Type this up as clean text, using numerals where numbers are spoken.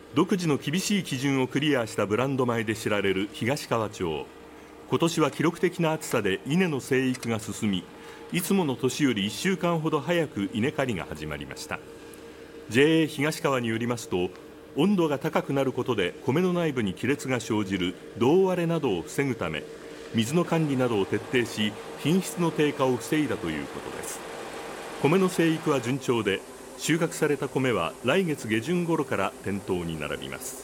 独自の厳しい基準をクリアしたブランド米で知られる東川町。今年は記録的な暑さで稲の生育が進み、いつもの年より1週間ほど早く稲刈りが始まりました。 JA 東川によりますと、温度が高くなることで米の内部に亀裂が生じる銅割れなどを防ぐため、水の管理などを徹底し、品質の低下を防いだということです。米の生育は順調で、収穫された米は来月下旬頃から店頭に並びます。